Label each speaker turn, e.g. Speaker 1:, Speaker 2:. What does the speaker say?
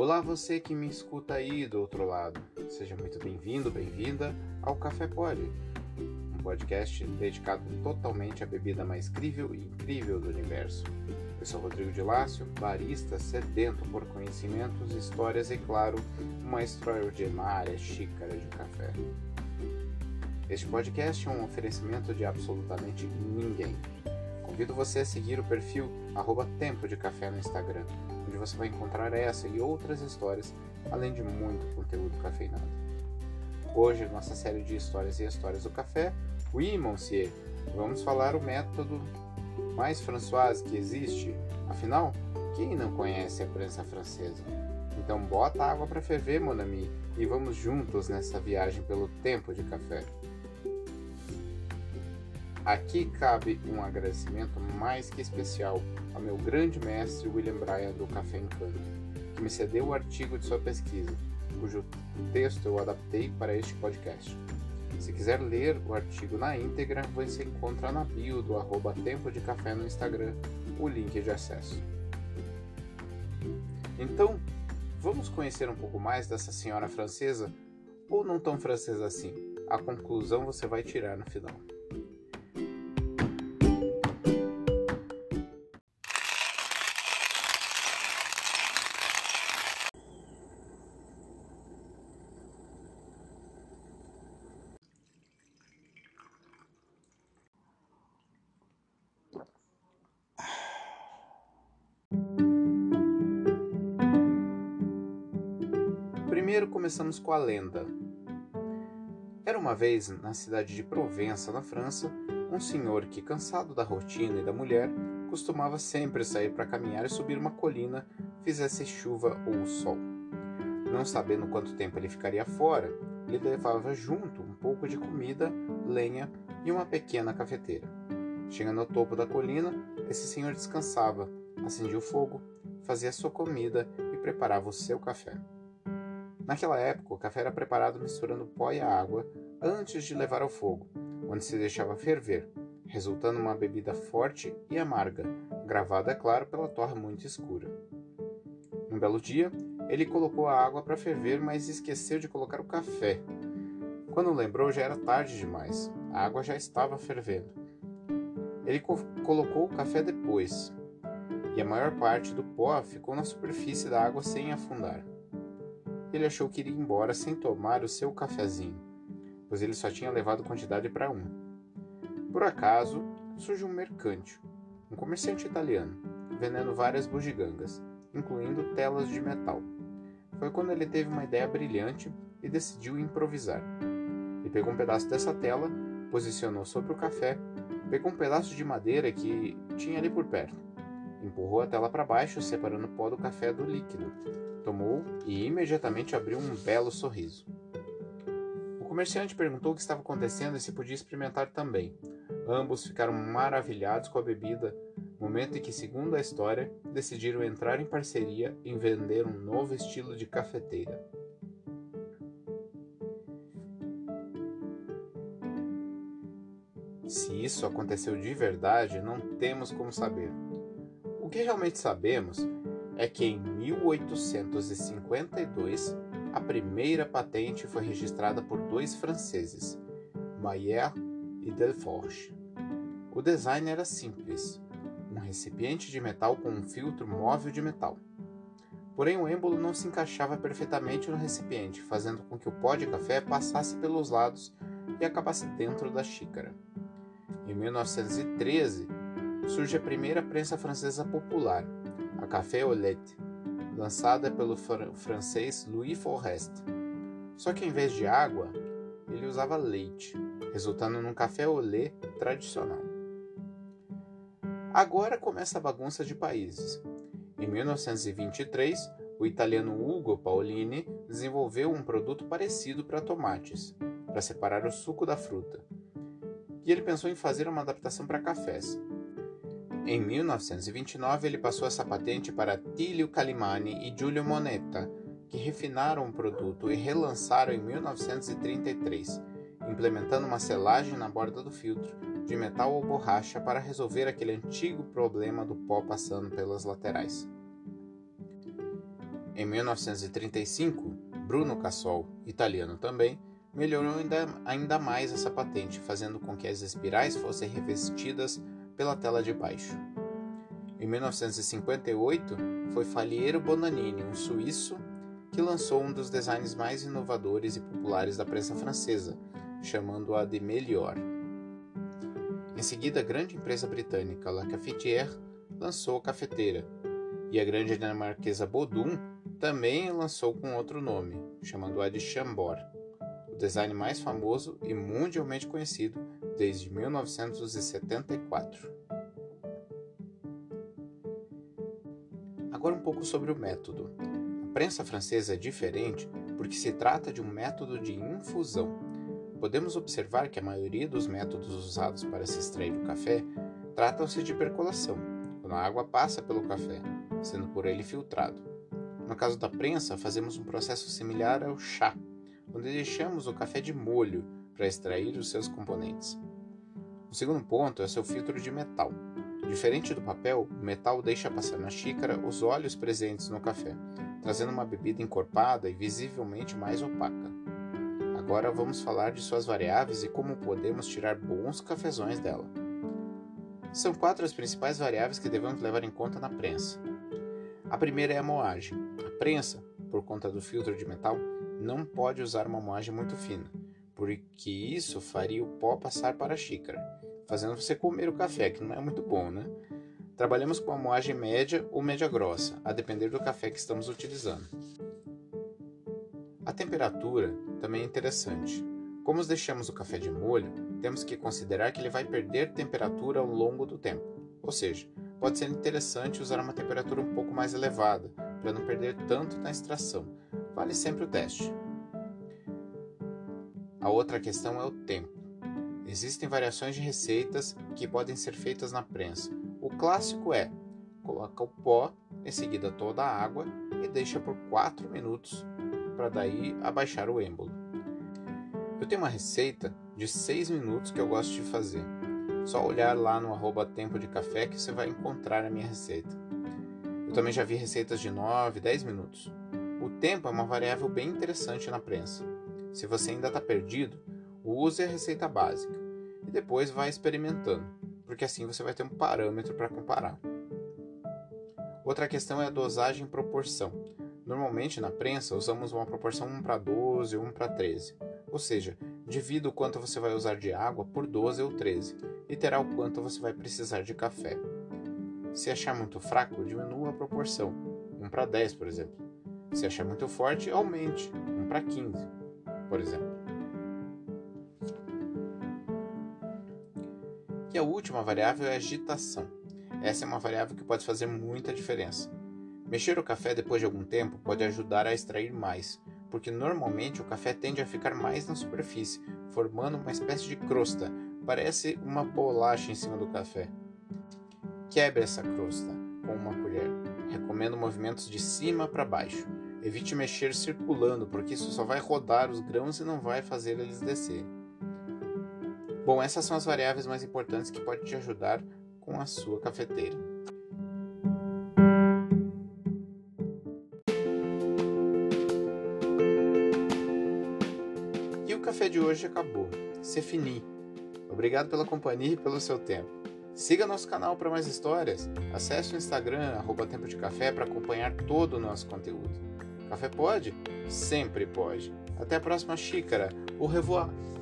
Speaker 1: Olá, você que me escuta aí do outro lado. Seja muito bem-vindo, bem-vinda ao Café Pod, um podcast dedicado totalmente à bebida mais crível e incrível do universo. Eu sou Rodrigo de Lácio, barista sedento por conhecimentos, histórias e, claro, uma extraordinária xícara de café. Este podcast é um oferecimento de absolutamente ninguém. Convido você a seguir o perfil @Tempo de Café no Instagram, onde você vai encontrar essa e outras histórias, além de muito conteúdo cafeinado. Hoje, nossa série de histórias e histórias do café, oui, monsieur, vamos falar o método mais François que existe. Afinal, quem não conhece a prensa francesa? Então bota a água para ferver, mon ami, e vamos juntos nessa viagem pelo tempo de café. Aqui cabe um agradecimento mais que especial ao meu grande mestre William Bryan do Café Encanto, que me cedeu o artigo de sua pesquisa, cujo texto eu adaptei para este podcast. Se quiser ler o artigo na íntegra, você encontra na bio do @Tempo de Café no Instagram o link de acesso. Então, vamos conhecer um pouco mais dessa senhora francesa, ou não tão francesa assim. A conclusão você vai tirar no final. Primeiro começamos com a lenda. Era uma vez, na cidade de Provença, na França, um senhor que, cansado da rotina e da mulher, costumava sempre sair para caminhar e subir uma colina, fizesse chuva ou sol. Não sabendo quanto tempo ele ficaria fora, ele levava junto um pouco de comida, lenha e uma pequena cafeteira. Chegando ao topo da colina, esse senhor descansava, acendia o fogo, fazia sua comida e preparava o seu café. Naquela época, o café era preparado misturando pó e água antes de levar ao fogo, onde se deixava ferver, resultando uma bebida forte e amarga, gravada, é claro, pela torra muito escura. Um belo dia, ele colocou a água para ferver, mas esqueceu de colocar o café. Quando lembrou, já era tarde demais. A água já estava fervendo. Ele colocou o café depois, e a maior parte do pó ficou na superfície da água sem afundar. Ele achou que iria embora sem tomar o seu cafezinho, pois ele só tinha levado quantidade para um. Por acaso, surgiu um mercante, um comerciante italiano, vendendo várias bugigangas, incluindo telas de metal. Foi quando ele teve uma ideia brilhante e decidiu improvisar. Ele pegou um pedaço dessa tela, posicionou sobre o café, pegou um pedaço de madeira que tinha ali por perto, empurrou a tela para baixo, separando o pó do café do líquido. Tomou e imediatamente abriu um belo sorriso. O comerciante perguntou o que estava acontecendo e se podia experimentar também. Ambos ficaram maravilhados com a bebida, momento em que, segundo a história, decidiram entrar em parceria em vender um novo estilo de cafeteira. Se isso aconteceu de verdade, não temos como saber. O que realmente sabemos é que em 1852 a primeira patente foi registrada por dois franceses, Maillard e Delforge. O design era simples, um recipiente de metal com um filtro móvel de metal. Porém, o êmbolo não se encaixava perfeitamente no recipiente, fazendo com que o pó de café passasse pelos lados e acabasse dentro da xícara. Em 1913, surge a primeira prensa francesa popular, a Café au lait, lançada pelo francês Louis Forest. Só que em vez de água, ele usava leite, resultando num café au lait tradicional. Agora começa a bagunça de países. Em 1923, o italiano Ugo Paolini desenvolveu um produto parecido para tomates, para separar o suco da fruta. E ele pensou em fazer uma adaptação para cafés. Em 1929, ele passou essa patente para Tilio Calimani e Giulio Moneta, que refinaram o produto e relançaram em 1933, implementando uma selagem na borda do filtro de metal ou borracha para resolver aquele antigo problema do pó passando pelas laterais. Em 1935, Bruno Cassol, italiano também, melhorou ainda mais essa patente, fazendo com que as espirais fossem revestidas pela tela de baixo. Em 1958, foi Faliero Bonanini, um suíço, que lançou um dos designs mais inovadores e populares da prensa francesa, chamando-a de Melior. Em seguida, a grande empresa britânica La Cafetière lançou a cafeteira, e a grande dinamarquesa Bodum também lançou com outro nome, chamando-a de Chambord, o design mais famoso e mundialmente conhecido desde 1974. Agora um pouco sobre o método. A prensa francesa é diferente porque se trata de um método de infusão. Podemos observar que a maioria dos métodos usados para se extrair o café tratam-se de percolação, quando a água passa pelo café, sendo por ele filtrado. No caso da prensa, fazemos um processo similar ao chá, onde deixamos o café de molho para extrair os seus componentes. O segundo ponto é seu filtro de metal. Diferente do papel, o metal deixa passar na xícara os óleos presentes no café, trazendo uma bebida encorpada e visivelmente mais opaca. Agora vamos falar de suas variáveis e como podemos tirar bons cafezões dela. São 4 as principais variáveis que devemos levar em conta na prensa. A primeira é a moagem. A prensa, por conta do filtro de metal, não pode usar uma moagem muito fina, porque isso faria o pó passar para a xícara, fazendo você comer o café, que não é muito bom, né? Trabalhamos com uma moagem média ou média grossa, a depender do café que estamos utilizando. A temperatura também é interessante. Como deixamos o café de molho, temos que considerar que ele vai perder temperatura ao longo do tempo. Ou seja, pode ser interessante usar uma temperatura um pouco mais elevada, para não perder tanto na extração. Vale sempre o teste. A outra questão é o tempo. Existem variações de receitas que podem ser feitas na prensa. O clássico é: coloca o pó, em seguida toda a água e deixa por 4 minutos para daí abaixar o êmbolo. Eu tenho uma receita de 6 minutos que eu gosto de fazer. Só olhar lá no @tempo de café que você vai encontrar a minha receita. Eu também já vi receitas de 9, 10 minutos. O tempo é uma variável bem interessante na prensa. Se você ainda está perdido, use a receita básica e depois vai experimentando, porque assim você vai ter um parâmetro para comparar. Outra questão é a dosagem e proporção. Normalmente na prensa usamos uma proporção 1:12 ou 1:13, ou seja, divida o quanto você vai usar de água por 12 ou 13 e terá o quanto você vai precisar de café. Se achar muito fraco, diminua a proporção, 1:10, por exemplo. Se achar muito forte, aumente, 1:15, por exemplo. E a última variável é a agitação. Essa é uma variável que pode fazer muita diferença. Mexer o café depois de algum tempo pode ajudar a extrair mais, porque normalmente o café tende a ficar mais na superfície, formando uma espécie de crosta, parece uma bolacha em cima do café. Quebre essa crosta com uma colher. Recomendo movimentos de cima para baixo. Evite mexer circulando, porque isso só vai rodar os grãos e não vai fazer eles descerem. Bom, essas são as variáveis mais importantes que podem te ajudar com a sua cafeteira. E o café de hoje acabou. C'est fini. Obrigado pela companhia e pelo seu tempo. Siga nosso canal para mais histórias. Acesse o Instagram, @tempo de café, para acompanhar todo o nosso conteúdo. Café pode? Sempre pode. Até a próxima xícara. Au revoir!